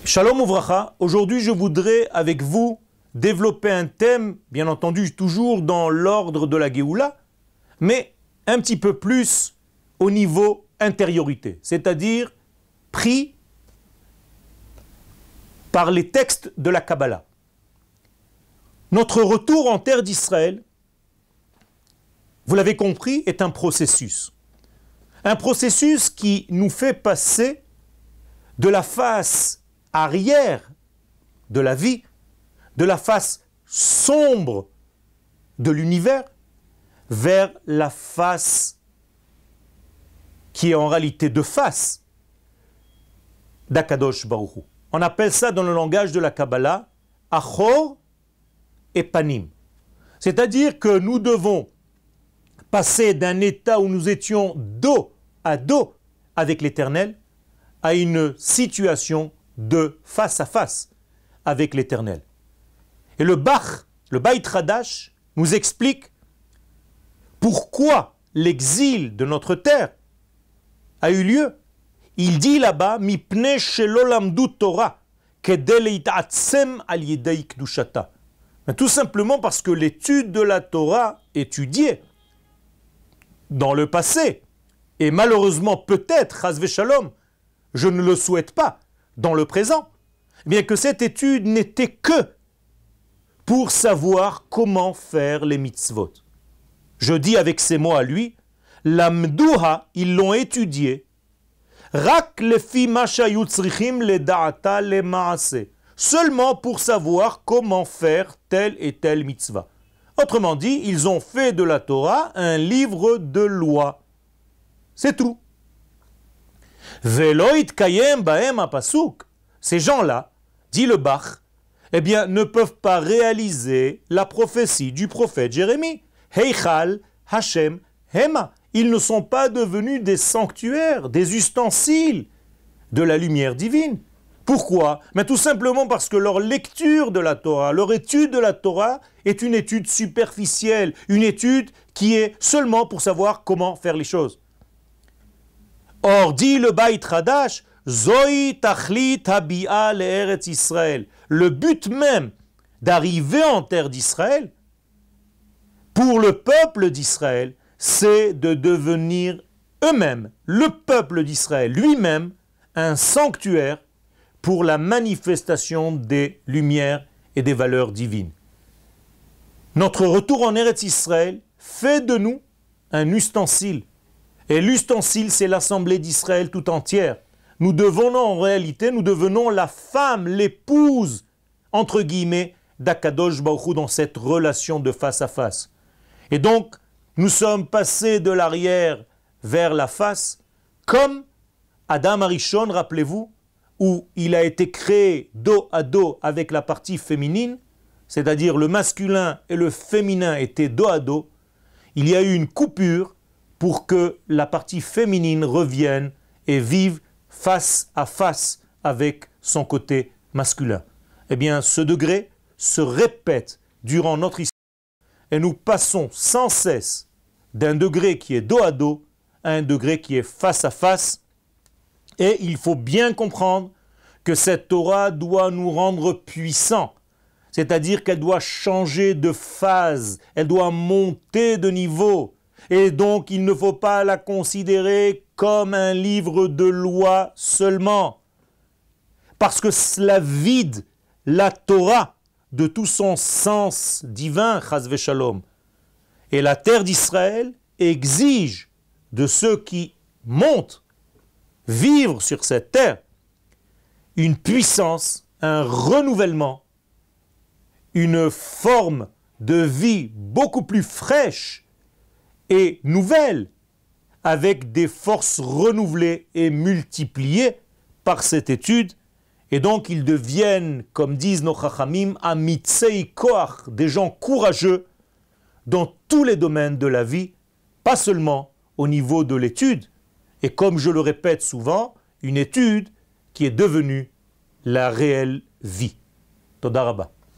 Shalom Uvracha, aujourd'hui je voudrais avec vous développer un thème, bien entendu toujours dans l'ordre de la Géoula, mais un petit peu plus au niveau intériorité, c'est-à-dire pris par les textes de la Kabbalah. Notre retour en terre d'Israël, vous l'avez compris, est un processus. Un processus qui nous fait passer de la face arrière de la vie, de la face sombre de l'univers, vers la face qui est en réalité de face d'Akadosh Baruch Hu. On appelle ça dans le langage de la Kabbalah Achor et Panim. C'est-à-dire que nous devons passer d'un état où nous étions dos à dos avec l'Éternel à une situation de face à face avec l'Éternel. Et le Bach, le Beit Hadash, nous explique pourquoi l'exil de notre terre a eu lieu. Il dit là-bas, Mipnei shelo lamdu Torah, kedei leit'atzem al yedei kdushata. Tout simplement parce que l'étude de la Torah étudiée dans le passé, et malheureusement peut-être, chas v'shalom, je ne le souhaite pas, dans le présent, bien que cette étude n'était que pour savoir comment faire les mitzvot. Je dis avec ces mots à lui, l'amdouha, ils l'ont étudié, rak lefi ma shayu tzrichim leda'ata lema'ase, seulement pour savoir comment faire telle et telle mitzvah. Autrement dit, ils ont fait de la Torah un livre de loi. C'est tout. Velo itkayem bahem hapasuk. Ces gens-là, dit le Bach, eh bien, ne peuvent pas réaliser la prophétie du prophète Jérémie. Heichal Hashem Hema. Ils ne sont pas devenus des sanctuaires, des ustensiles de la lumière divine. Pourquoi? Mais tout simplement parce que leur lecture de la Torah, leur étude de la Torah est une étude superficielle, une étude qui est seulement pour savoir comment faire les choses. Or, dit le Beit Hadash, Zoi tachlit habi'a le'eretz Israël. Le but même d'arriver en terre d'Israël, pour le peuple d'Israël, c'est de devenir eux-mêmes, le peuple d'Israël lui-même, un sanctuaire pour la manifestation des lumières et des valeurs divines. Notre retour en Eretz Israël fait de nous un ustensile. Et l'ustensile, c'est l'assemblée d'Israël tout entière. Nous devenons en réalité, nous devenons la femme, l'épouse, entre guillemets, d'Akadosh Baruch Hu dans cette relation de face à face. Et donc, nous sommes passés de l'arrière vers la face, comme Adam Arishon, rappelez-vous, où il a été créé dos à dos avec la partie féminine, c'est-à-dire le masculin et le féminin étaient dos à dos, il y a eu une coupure pour que la partie féminine revienne et vive face à face avec son côté masculin. Eh bien, ce degré se répète durant notre histoire et nous passons sans cesse d'un degré qui est dos à dos à un degré qui est face à face. Et il faut bien comprendre que cette Torah doit nous rendre puissants, c'est-à-dire qu'elle doit changer de phase, elle doit monter de niveau. Et donc, il ne faut pas la considérer comme un livre de loi seulement. Parce que cela vide la Torah de tout son sens divin, chas v'shalom. Et la terre d'Israël exige de ceux qui montent vivre sur cette terre une puissance, un renouvellement, une forme de vie beaucoup plus fraîche et nouvelle, avec des forces renouvelées et multipliées par cette étude, et donc ils deviennent, comme disent nos chachamim, amitzei koach, des gens courageux dans tous les domaines de la vie, pas seulement au niveau de l'étude, et comme je le répète souvent, une étude qui est devenue la réelle vie. Toda Rabba.